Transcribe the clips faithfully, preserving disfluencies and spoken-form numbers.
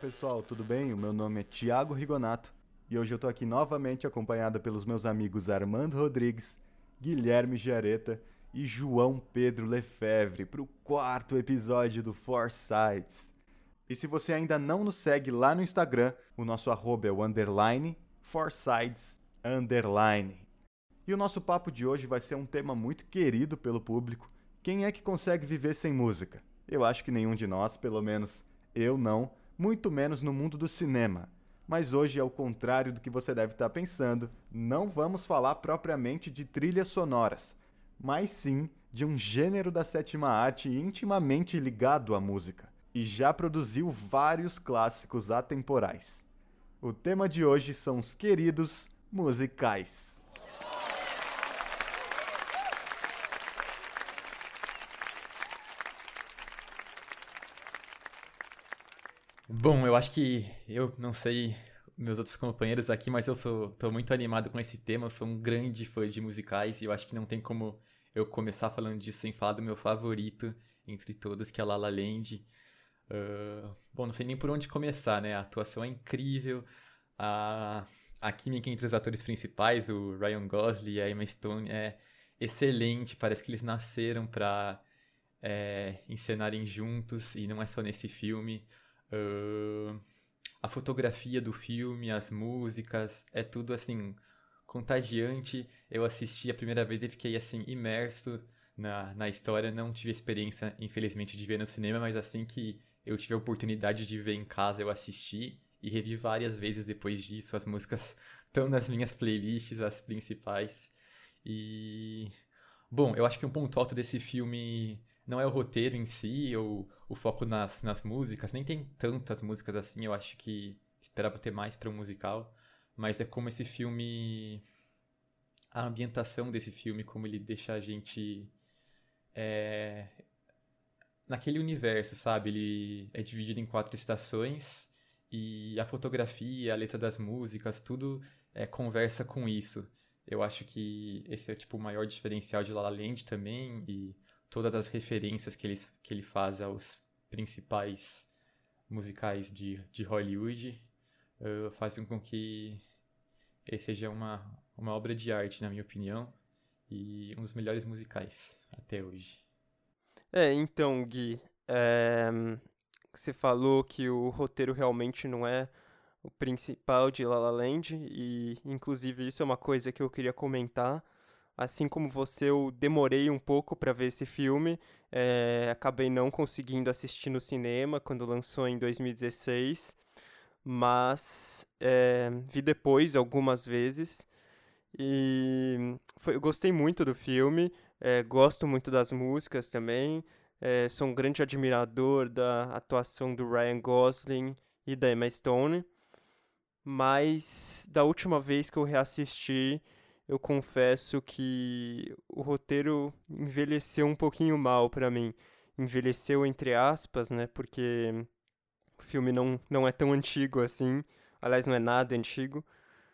pessoal, tudo bem? O meu nome é Thiago Rigonato e hoje eu tô aqui novamente acompanhado pelos meus amigos Armando Rodrigues, Guilherme Giareta e João Pedro Lefevre para o quarto episódio do Four Sides. E se você ainda não nos segue lá no Instagram, o nosso arroba é o underline Four Sides underline. E o nosso papo de hoje vai ser um tema muito querido pelo público. Quem é que consegue viver sem música? Eu acho que nenhum de nós, pelo menos eu não, muito menos no mundo do cinema. Mas hoje, ao contrário do que você deve estar pensando, não vamos falar propriamente de trilhas sonoras, mas sim de um gênero da sétima arte intimamente ligado à música, e já produziu vários clássicos atemporais. O tema de hoje são os queridos musicais. Bom, eu acho que eu não sei meus outros companheiros aqui, mas eu sou tô muito animado com esse tema. Eu sou um grande fã de musicais e eu acho que não tem como eu começar falando disso sem falar do meu favorito entre todos, que é La La Land. Uh, bom, não sei nem por onde começar, né? A atuação é incrível, a, a química entre os atores principais, o Ryan Gosling e a Emma Stone, é excelente. Parece que eles nasceram para é, encenarem juntos e não é só nesse filme. Uh, a fotografia do filme, as músicas, é tudo assim contagiante. Eu assisti a primeira vez e fiquei assim imerso na, na história. Não tive a experiência, infelizmente, de ver no cinema, mas assim que eu tive a oportunidade de ver em casa, eu assisti e revi várias vezes depois disso. As músicas estão nas minhas playlists, as principais. E bom, eu acho que um ponto alto desse filme não é o roteiro em si, ou o foco nas, nas músicas, nem tem tantas músicas assim, eu acho que esperava ter mais para um musical, mas é como esse filme, a ambientação desse filme, como ele deixa a gente é, naquele universo, sabe? Ele é dividido em quatro estações e a fotografia, a letra das músicas, tudo é, conversa com isso. Eu acho que esse é tipo o maior diferencial de La La Land também, e todas as referências que ele, que ele faz aos principais musicais de, de Hollywood uh, fazem com que ele seja uma, uma obra de arte, na minha opinião, e um dos melhores musicais até hoje. É, então, Gui, é, você falou que o roteiro realmente não é o principal de La La Land, e inclusive isso é uma coisa que eu queria comentar. Assim como você, eu demorei um pouco para ver esse filme, é, acabei não conseguindo assistir no cinema quando lançou em dois mil e dezesseis, mas é, vi depois algumas vezes e foi, eu gostei muito do filme, é, gosto muito das músicas também, é, sou um grande admirador da atuação do Ryan Gosling e da Emma Stone, mas da última vez que eu reassisti, eu confesso que o roteiro envelheceu um pouquinho mal pra mim. Envelheceu entre aspas, né? Porque o filme não, não é tão antigo assim. Aliás, não é nada antigo.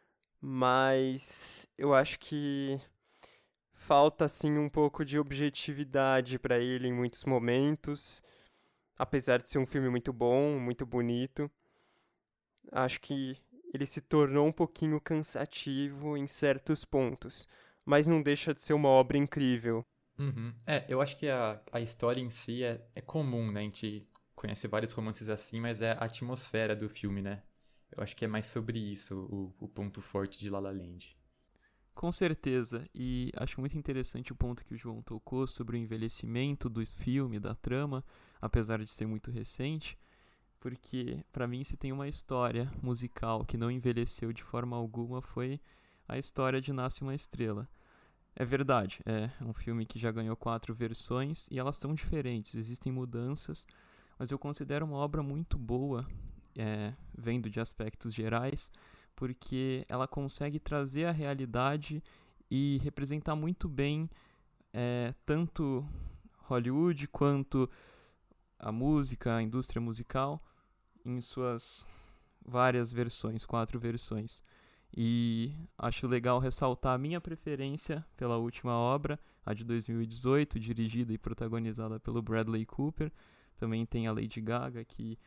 Mas eu acho que falta assim um pouco de objetividade pra ele em muitos momentos. Apesar de ser um filme muito bom, muito bonito, acho que ele se tornou um pouquinho cansativo em certos pontos, mas não deixa de ser uma obra incrível. Uhum. É, eu acho que a, a história em si é, é comum, né? A gente conhece vários romances assim, mas é a atmosfera do filme, né? Eu acho que é mais sobre isso o, o ponto forte de La La Land. Com certeza, e acho muito interessante o ponto que o João tocou sobre o envelhecimento do filme, da trama, apesar de ser muito recente, porque pra mim se tem uma história musical que não envelheceu de forma alguma foi a história de Nasce uma Estrela. É verdade, é um filme que já ganhou quatro versões e elas são diferentes, existem mudanças, mas eu considero uma obra muito boa, é, vendo de aspectos gerais, porque ela consegue trazer a realidade e representar muito bem é, tanto Hollywood quanto a música, a indústria musical, em suas várias versões, quatro versões. E acho legal ressaltar a minha preferência pela última obra, a de dois mil e dezoito, dirigida e protagonizada pelo Bradley Cooper. Também tem a Lady Gaga, que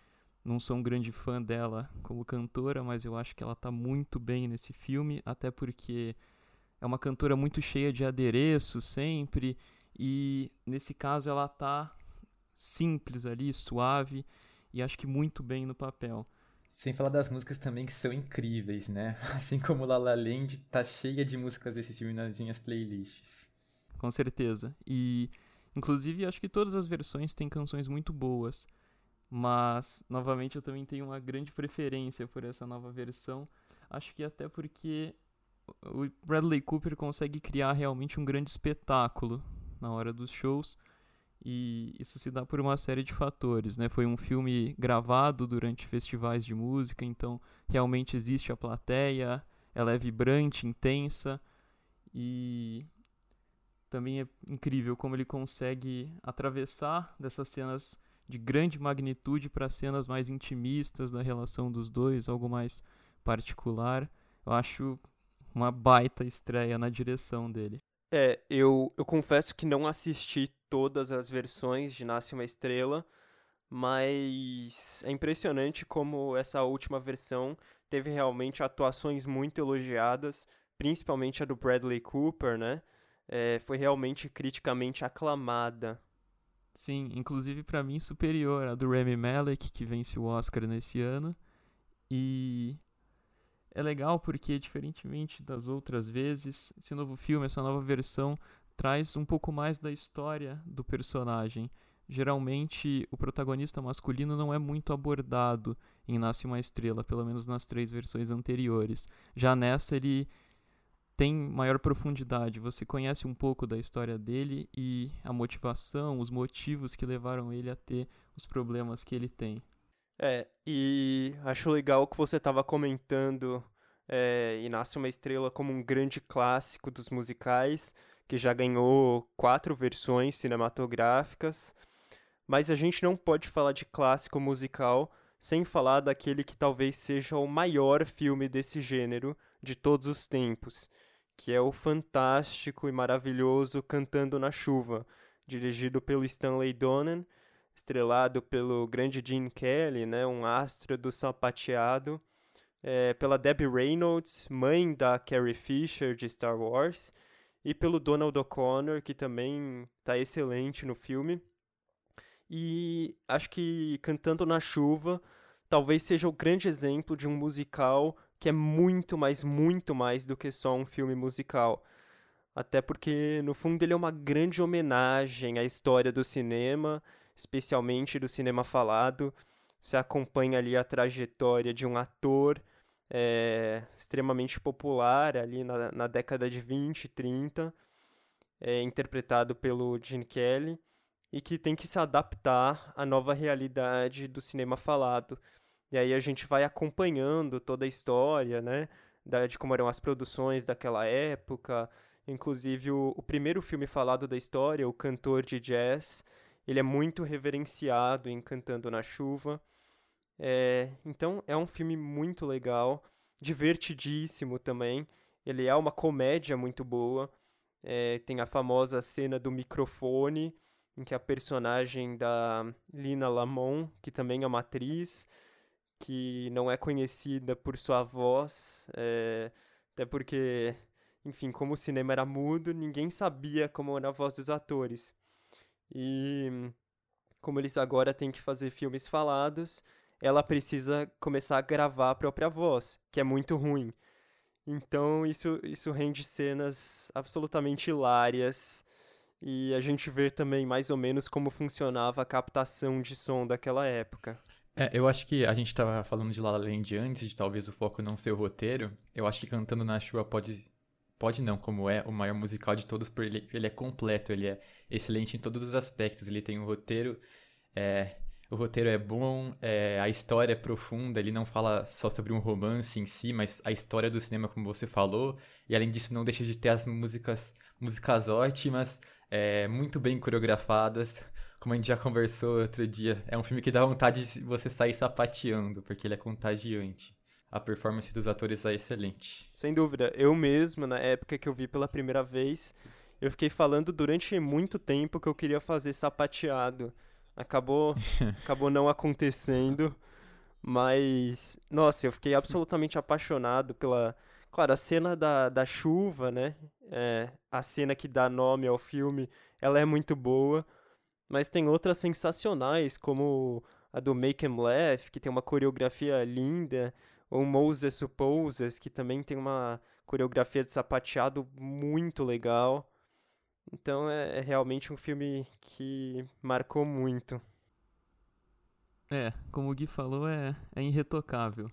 não sou um grande fã dela como cantora, mas eu acho que ela tá muito bem nesse filme, até porque é uma cantora muito cheia de adereço sempre, e nesse caso ela tá simples ali, suave, e acho que muito bem no papel. Sem falar das músicas também que são incríveis, né? Assim como La La Land tá cheia de músicas desse filme nas minhas playlists. Com certeza. E, inclusive, acho que todas as versões têm canções muito boas. Mas, novamente, eu também tenho uma grande preferência por essa nova versão. Acho que até porque o Bradley Cooper consegue criar realmente um grande espetáculo na hora dos shows. E isso se dá por uma série de fatores, né? Foi um filme gravado durante festivais de música, então realmente existe a plateia, ela é vibrante, intensa, e também é incrível como ele consegue atravessar dessas cenas de grande magnitude para cenas mais intimistas da relação dos dois, algo mais particular. Eu acho uma baita estreia na direção dele. É, eu, eu confesso que não assisti todas as versões de Nasce uma Estrela, mas é impressionante como essa última versão teve realmente atuações muito elogiadas, principalmente a do Bradley Cooper, né? É, foi realmente criticamente aclamada. Sim, inclusive pra mim superior a do Rami Malek, que vence o Oscar nesse ano, e é legal porque, diferentemente das outras vezes, esse novo filme, essa nova versão, traz um pouco mais da história do personagem. Geralmente, o protagonista masculino não é muito abordado em Nasce uma Estrela, pelo menos nas três versões anteriores. Já nessa, ele tem maior profundidade. Você conhece um pouco da história dele e a motivação, os motivos que levaram ele a ter os problemas que ele tem. É, e acho legal que você estava comentando é, e Nasce uma Estrela como um grande clássico dos musicais, que já ganhou quatro versões cinematográficas, mas a gente não pode falar de clássico musical sem falar daquele que talvez seja o maior filme desse gênero de todos os tempos, que é o fantástico e maravilhoso Cantando na Chuva, dirigido pelo Stanley Donen, estrelado pelo grande Gene Kelly, né, um astro do sapateado, é, pela Debbie Reynolds, mãe da Carrie Fisher de Star Wars, e pelo Donald O'Connor, que também está excelente no filme. E acho que Cantando na Chuva talvez seja o grande exemplo de um musical que é muito mais, muito mais do que só um filme musical. Até porque, no fundo, ele é uma grande homenagem à história do cinema, especialmente do cinema falado. Você acompanha ali a trajetória de um ator é, extremamente popular ali na, na década de vinte, trinta, é, interpretado pelo Gene Kelly, e que tem que se adaptar à nova realidade do cinema falado. E aí a gente vai acompanhando toda a história, né, da, de como eram as produções daquela época. Inclusive, o, o primeiro filme falado da história, O Cantor de Jazz, ele é muito reverenciado em Cantando na Chuva. É, então, é um filme muito legal, divertidíssimo também. Ele é uma comédia muito boa. É, tem a famosa cena do microfone, em que a personagem da Lina Lamont, que também é uma atriz, que não é conhecida por sua voz, é, até porque, enfim, como o cinema era mudo, ninguém sabia como era a voz dos atores. E como eles agora têm que fazer filmes falados, ela precisa começar a gravar a própria voz, que é muito ruim. Então isso, isso rende cenas absolutamente hilárias, e a gente vê também mais ou menos como funcionava a captação de som daquela época. É, eu acho que a gente tava falando de La La Land antes, de talvez o foco não ser o roteiro. Eu acho que Cantando na Chuva pode... Pode não, como é o maior musical de todos, porque ele, ele é completo, ele é excelente em todos os aspectos. Ele tem um roteiro, é, o roteiro é bom, é, a história é profunda, ele não fala só sobre um romance em si, mas a história do cinema, como você falou. E além disso, não deixa de ter as músicas, músicas ótimas, é, muito bem coreografadas. Como a gente já conversou outro dia, é um filme que dá vontade de você sair sapateando, porque ele é contagiante. A performance dos atores é excelente. Sem dúvida. Eu mesmo, na época que eu vi pela primeira vez, eu fiquei falando durante muito tempo que eu queria fazer sapateado. Acabou, acabou não acontecendo, Mas, nossa, eu fiquei absolutamente apaixonado pela... Claro, a cena da, da chuva, né? É, a cena que dá nome ao filme, ela é muito boa. Mas tem outras sensacionais, como a do Make 'Em Laugh, que tem uma coreografia linda. Ou Moses Supposes, que também tem uma coreografia de sapateado muito legal. Então é, é realmente um filme que marcou muito. É, como o Gui falou, é, é irretocável.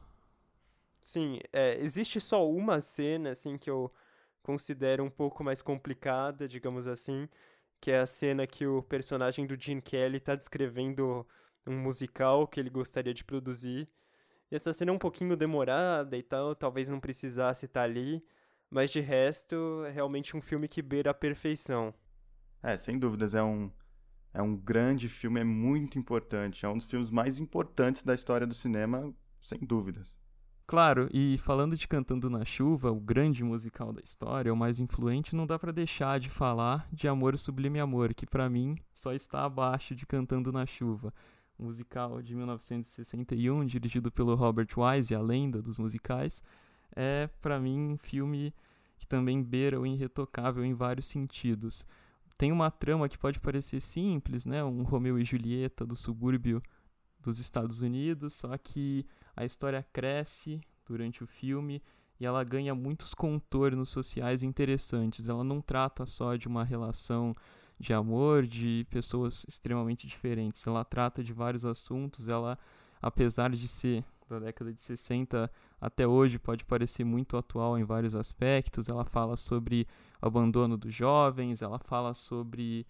Sim, é, existe só uma cena, assim, que eu considero um pouco mais complicada, digamos assim, que é a cena que o personagem do Gene Kelly tá descrevendo um musical que ele gostaria de produzir. E essa cena é um pouquinho demorada e tal, talvez não precisasse estar ali, mas de resto, é realmente um filme que beira a perfeição. É, sem dúvidas, é um, é um grande filme, é muito importante. É um dos filmes mais importantes da história do cinema, sem dúvidas. Claro, e falando de Cantando na Chuva, o grande musical da história, o mais influente, não dá pra deixar de falar de Amor Sublime Amor, que pra mim só está abaixo de Cantando na Chuva. Um musical de mil novecentos e sessenta e um, dirigido pelo Robert Wise, a lenda dos musicais, é pra mim um filme que também beira o irretocável em vários sentidos. Tem uma trama que pode parecer simples, né? Um Romeu e Julieta do subúrbio dos Estados Unidos, só que a história cresce durante o filme e ela ganha muitos contornos sociais interessantes. Ela não trata só de uma relação de amor de pessoas extremamente diferentes. Ela trata de vários assuntos. Ela, apesar de ser da década de sessenta até hoje, pode parecer muito atual em vários aspectos. Ela fala sobre o abandono dos jovens, ela fala sobre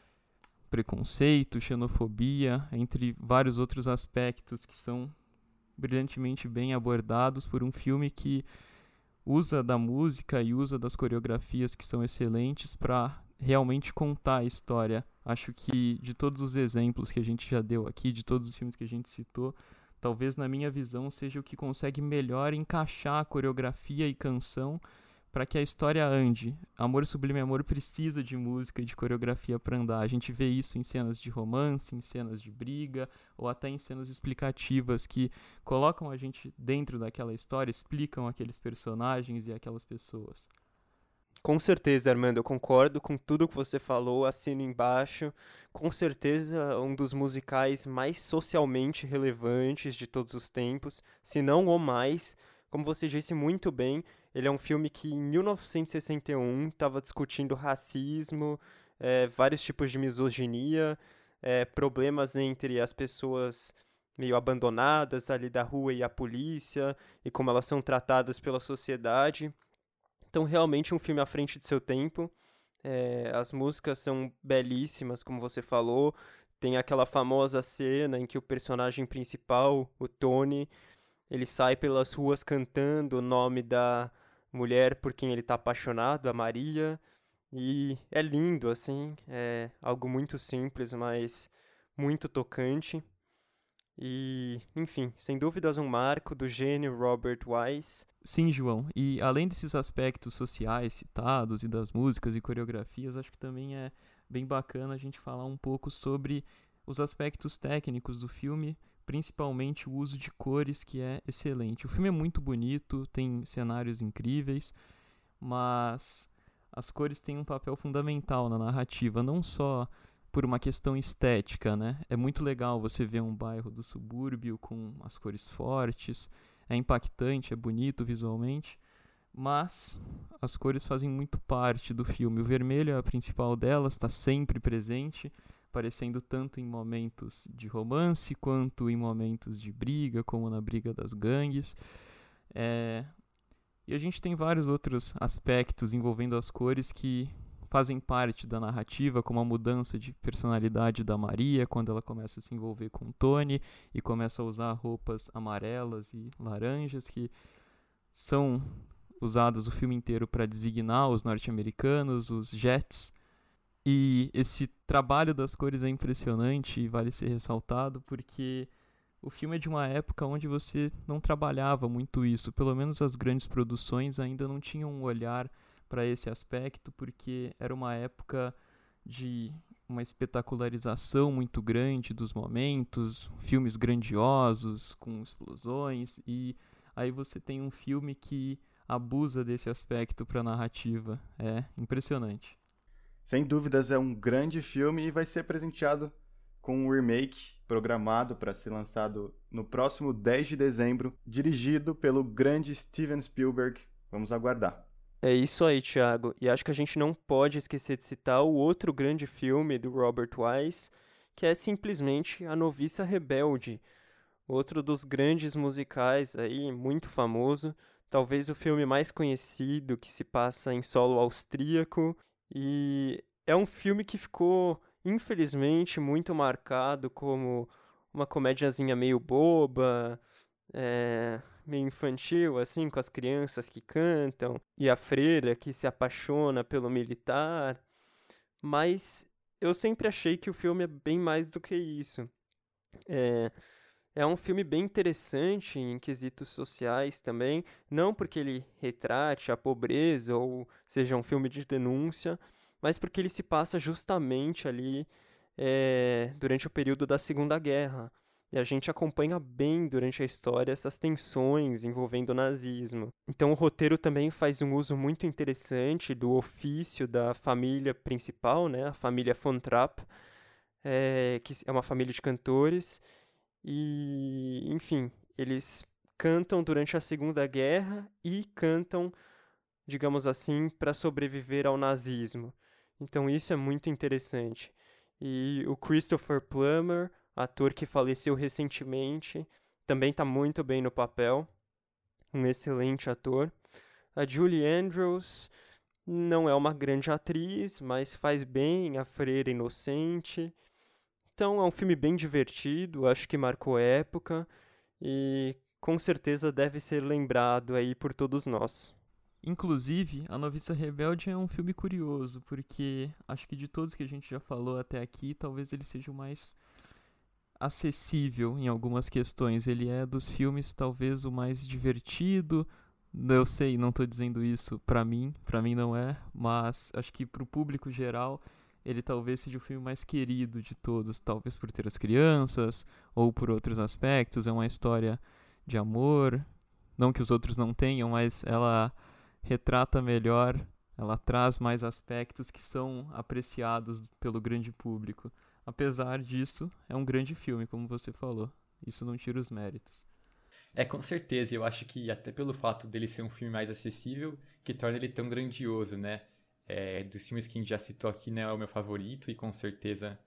preconceito, xenofobia, entre vários outros aspectos que são brilhantemente bem abordados por um filme que usa da música e usa das coreografias que são excelentes para realmente contar a história. Acho que de todos os exemplos que a gente já deu aqui, de todos os filmes que a gente citou, talvez na minha visão seja o que consegue melhor encaixar a coreografia e canção para que a história ande. Amor Sublime Amor precisa de música e de coreografia para andar. A gente vê isso em cenas de romance, em cenas de briga, ou até em cenas explicativas que colocam a gente dentro daquela história, explicam aqueles personagens e aquelas pessoas. Com certeza, Armando, eu concordo com tudo que você falou, assino embaixo. Com certeza, um dos musicais mais socialmente relevantes de todos os tempos, se não o mais. Como você disse muito bem, ele é um filme que em mil novecentos e sessenta e um estava discutindo racismo, é, vários tipos de misoginia, é, problemas entre as pessoas meio abandonadas ali da rua e a polícia, e como elas são tratadas pela sociedade. Então, realmente um filme à frente de seu tempo. É, as músicas são belíssimas, como você falou. Tem aquela famosa cena em que o personagem principal, o Tony, ele sai pelas ruas cantando o nome da mulher por quem ele está apaixonado, a Maria. E é lindo, assim. É algo muito simples, mas muito tocante. E, enfim, sem dúvidas um marco do gênio Robert Wise. Sim, João. E além desses aspectos sociais citados e das músicas e coreografias, acho que também é bem bacana a gente falar um pouco sobre os aspectos técnicos do filme, principalmente o uso de cores, que é excelente. O filme é muito bonito, tem cenários incríveis, mas as cores têm um papel fundamental na narrativa, não só por uma questão estética, né? É muito legal você ver um bairro do subúrbio com as cores fortes, é impactante, é bonito visualmente, mas as cores fazem muito parte do filme. O vermelho é a principal delas, está sempre presente, aparecendo tanto em momentos de romance quanto em momentos de briga, como na briga das gangues. É... E a gente tem vários outros aspectos envolvendo as cores que fazem parte da narrativa, como a mudança de personalidade da Maria, quando ela começa a se envolver com o Tony e começa a usar roupas amarelas e laranjas, que são usadas o filme inteiro para designar os norte-americanos, os Jets. E esse trabalho das cores é impressionante e vale ser ressaltado, porque o filme é de uma época onde você não trabalhava muito isso, pelo menos as grandes produções ainda não tinham um olhar para esse aspecto, porque era uma época de uma espetacularização muito grande dos momentos, filmes grandiosos, com explosões, e aí você tem um filme que abusa desse aspecto para a narrativa. É impressionante. Sem dúvidas, é um grande filme e vai ser presenteado com um remake programado para ser lançado no próximo dez de dezembro, dirigido pelo grande Steven Spielberg. Vamos aguardar. É isso aí, Thiago. E acho que a gente não pode esquecer de citar o outro grande filme do Robert Wise, que é simplesmente A Noviça Rebelde. Outro dos grandes musicais aí, muito famoso. Talvez o filme mais conhecido, que se passa em solo austríaco. E é um filme que ficou, infelizmente, muito marcado como uma comédiazinha meio boba, é, meio infantil, assim, com as crianças que cantam, e a freira que se apaixona pelo militar. Mas eu sempre achei que o filme é bem mais do que isso. É... É um filme bem interessante em quesitos sociais também, não porque ele retrate a pobreza ou seja um filme de denúncia, mas porque ele se passa justamente ali é, durante o período da Segunda Guerra. E a gente acompanha bem durante a história essas tensões envolvendo o nazismo. Então o roteiro também faz um uso muito interessante do ofício da família principal, né, a família Von Trapp, é, que é uma família de cantores. E, enfim, eles cantam durante a Segunda Guerra e cantam, digamos assim, para sobreviver ao nazismo. Então isso é muito interessante. E o Christopher Plummer, ator que faleceu recentemente, também está muito bem no papel. Um excelente ator. A Julie Andrews não é uma grande atriz, mas faz bem a freira inocente. Então é um filme bem divertido, acho que marcou época e com certeza deve ser lembrado aí por todos nós. Inclusive, A Noviça Rebelde é um filme curioso, porque acho que de todos que a gente já falou até aqui, talvez ele seja o mais acessível em algumas questões. Ele é dos filmes talvez o mais divertido. Eu sei, não estou dizendo isso pra mim, pra mim não é, mas acho que pro público geral ele talvez seja o filme mais querido de todos, talvez por ter as crianças, ou por outros aspectos. É uma história de amor, não que os outros não tenham, mas ela retrata melhor, ela traz mais aspectos que são apreciados pelo grande público. Apesar disso, é um grande filme, como você falou. Isso não tira os méritos. É, com certeza. Eu acho que até pelo fato dele ser um filme mais acessível, que torna ele tão grandioso, né? É, dos filmes que a gente já citou aqui, né, é o meu favorito e com certeza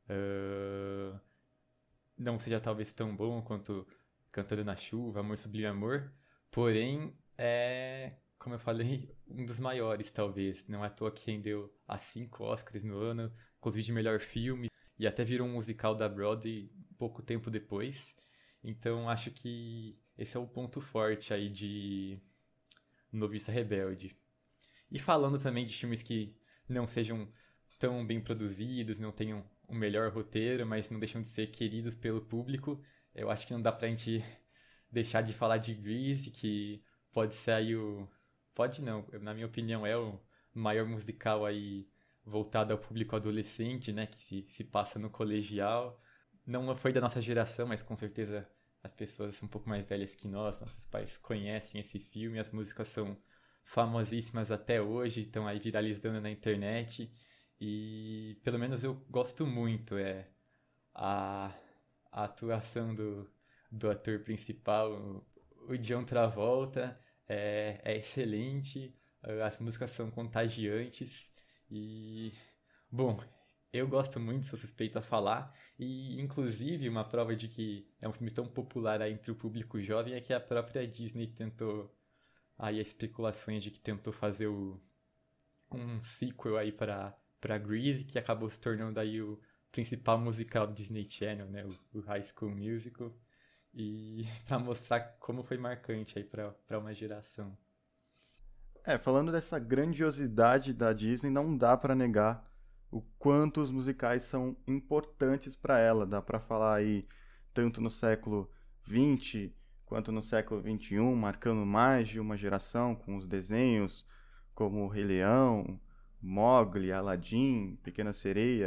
uh, não seja talvez tão bom quanto Cantando na Chuva, Amor Sublime Amor, porém é, como eu falei, um dos maiores talvez. Não é à toa que rendeu a cinco Oscars no ano, inclusive de melhor filme, e até virou um musical da Broadway pouco tempo depois. Então acho que esse é o ponto forte aí de Noviça Rebelde. E falando também de filmes que não sejam tão bem produzidos, não tenham o melhor roteiro, mas não deixam de ser queridos pelo público, eu acho que não dá pra gente deixar de falar de Grease, que pode ser aí o... Pode não, na minha opinião é o maior musical aí voltado ao público adolescente, né, que se, se passa no colegial. Não foi da nossa geração, mas com certeza as pessoas um pouco mais velhas que nós, nossos pais, conhecem esse filme, as músicas são famosíssimas até hoje, estão aí viralizando na internet e pelo menos eu gosto muito. É a, a atuação do, do ator principal, o, o John Travolta, é, é excelente, as músicas são contagiantes e, bom, eu gosto muito, sou suspeito a falar, e inclusive uma prova de que é um filme tão popular aí entre o público jovem é que a própria Disney tentou. Aí as especulações de que tentou fazer o, um sequel aí para para Grease, que acabou se tornando aí o principal musical do Disney Channel, né, o, o High School Musical, e para mostrar como foi marcante aí para para uma geração. É, falando dessa grandiosidade da Disney, não dá para negar o quanto os musicais são importantes para ela. Dá para falar aí tanto no século vinte quanto no século vinte e um, marcando mais de uma geração com os desenhos como Rei Leão, Mowgli, Aladdin, Pequena Sereia,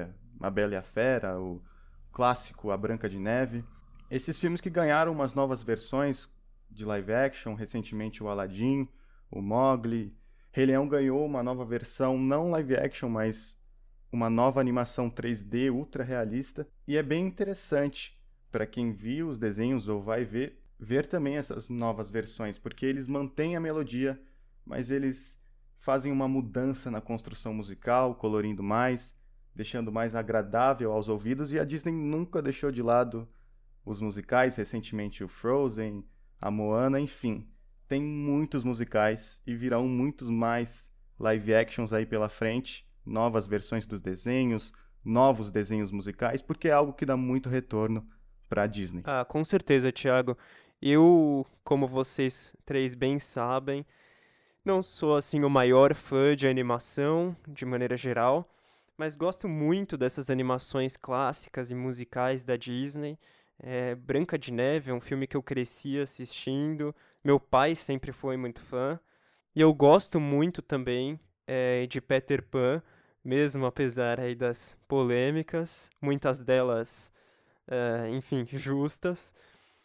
A Bela e a Fera, o clássico A Branca de Neve. Esses filmes que ganharam umas novas versões de live action, recentemente o Aladdin, o Mowgli. Rei Leão ganhou uma nova versão, não live action, mas uma nova animação três D ultra realista. E é bem interessante para quem viu os desenhos ou vai ver, ver também essas novas versões, porque eles mantêm a melodia, mas eles fazem uma mudança na construção musical, colorindo mais, deixando mais agradável aos ouvidos, e a Disney nunca deixou de lado os musicais, recentemente o Frozen, a Moana, enfim. Tem muitos musicais e virão muitos mais live actions aí pela frente, novas versões dos desenhos, novos desenhos musicais, porque é algo que dá muito retorno para a Disney. Ah, com certeza, Thiago. Eu, como vocês três bem sabem, não sou assim o maior fã de animação, de maneira geral, mas gosto muito dessas animações clássicas e musicais da Disney. É, Branca de Neve é um filme que eu cresci assistindo, meu pai sempre foi muito fã, e eu gosto muito também é, de Peter Pan, mesmo apesar aí das polêmicas, muitas delas, é, enfim, justas,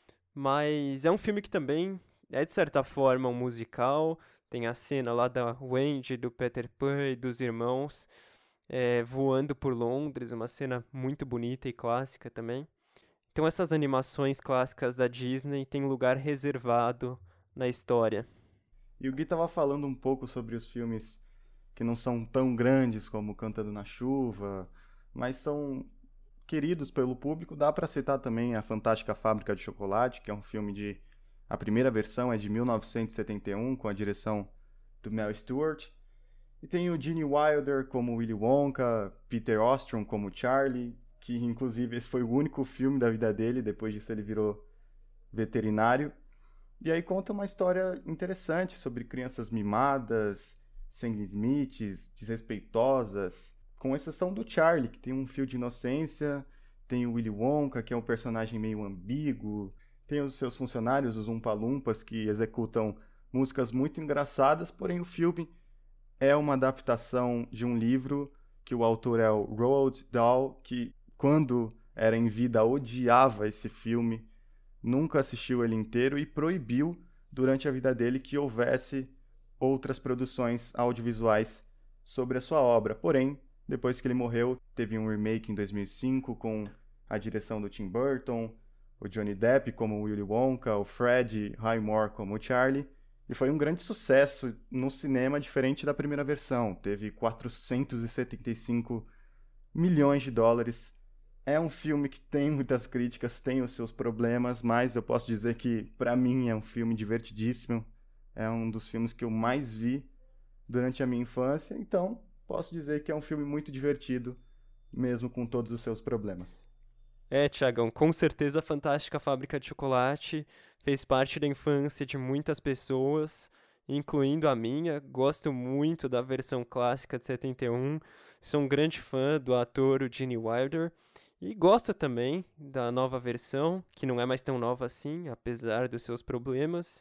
mas é um filme que também é de certa forma um musical. Tem a cena lá da Wendy, do Peter Pan e dos irmãos é, voando por Londres, uma cena muito bonita e clássica também. Então essas animações clássicas da Disney têm lugar reservado na história. E o Gui estava falando um pouco sobre os filmes que não são tão grandes como Cantando na Chuva, mas são queridos pelo público. Dá para citar também A Fantástica Fábrica de Chocolate, que é um filme de... A primeira versão é de mil novecentos e setenta e um, com a direção do Mel Stewart. E tem o Gene Wilder como Willy Wonka, Peter Ostrom como Charlie, que inclusive esse foi o único filme da vida dele, depois disso ele virou veterinário. E aí conta uma história interessante sobre crianças mimadas, sem limites, desrespeitosas, com exceção do Charlie, que tem um fio de inocência, tem o Willy Wonka, que é um personagem meio ambíguo, tem os seus funcionários, os Umpa-Lumpas, que executam músicas muito engraçadas, porém o filme é uma adaptação de um livro que o autor é o Roald Dahl, que quando era em vida odiava esse filme, nunca assistiu ele inteiro e proibiu durante a vida dele que houvesse outras produções audiovisuais sobre a sua obra. Porém, depois que ele morreu, teve um remake em dois mil e cinco com a direção do Tim Burton, o Johnny Depp como Willy Wonka, o Fred Highmore como Charlie, e foi um grande sucesso no cinema, diferente da primeira versão. Teve quatrocentos e setenta e cinco milhões de dólares. É um filme que tem muitas críticas, tem os seus problemas, mas eu posso dizer que, para mim, é um filme divertidíssimo. É um dos filmes que eu mais vi durante a minha infância, então posso dizer que é um filme muito divertido, mesmo com todos os seus problemas. É, Thiagão, com certeza a Fantástica Fábrica de Chocolate fez parte da infância de muitas pessoas, incluindo a minha. Gosto muito da versão clássica de setenta e um, sou um grande fã do ator Gene Wilder, e gosto também da nova versão, que não é mais tão nova assim, apesar dos seus problemas.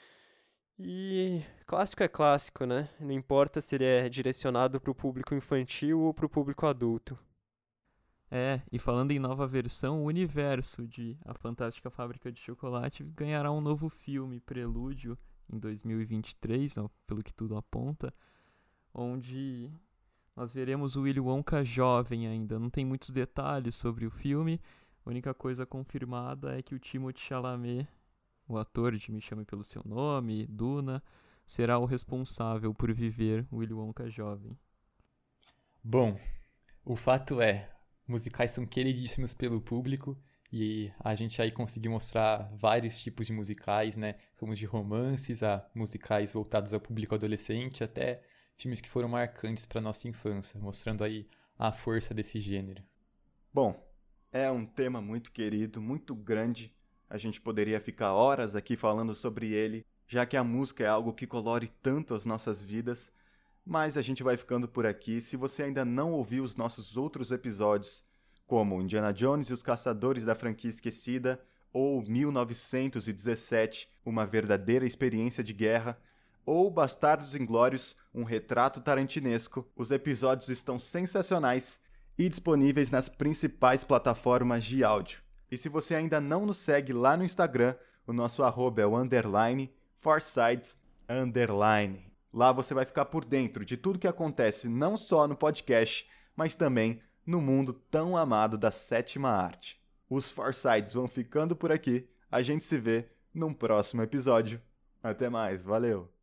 E clássico é clássico, né? Não importa se ele é direcionado para o público infantil ou para o público adulto. É, e falando em nova versão, o universo de A Fantástica Fábrica de Chocolate ganhará um novo filme, Prelúdio, em dois mil e vinte e três, pelo que tudo aponta, onde nós veremos o Willy Wonka jovem ainda. Não tem muitos detalhes sobre o filme, a única coisa confirmada é que o Timothée Chalamet, o ator de Me Chame Pelo Seu Nome, Duna, será o responsável por viver o Willy Wonka jovem. Bom, o fato é, musicais são queridíssimos pelo público e a gente aí conseguiu mostrar vários tipos de musicais, né? Fomos de romances a musicais voltados ao público adolescente, até filmes que foram marcantes para nossa infância, mostrando aí a força desse gênero. Bom, é um tema muito querido, muito grande. A gente poderia ficar horas aqui falando sobre ele, já que a música é algo que colore tanto as nossas vidas. Mas a gente vai ficando por aqui. Se você ainda não ouviu os nossos outros episódios, como Indiana Jones e os Caçadores da Franquia Esquecida, ou mil novecentos e dezessete, Uma Verdadeira Experiência de Guerra, ou Bastardos Inglórios, um retrato tarantinesco, os episódios estão sensacionais e disponíveis nas principais plataformas de áudio. E se você ainda não nos segue lá no Instagram, o nosso arroba é o underline forsights underline. Lá você vai ficar por dentro de tudo que acontece não só no podcast, mas também no mundo tão amado da sétima arte. Os Forsights vão ficando por aqui. A gente se vê num próximo episódio. Até mais, valeu!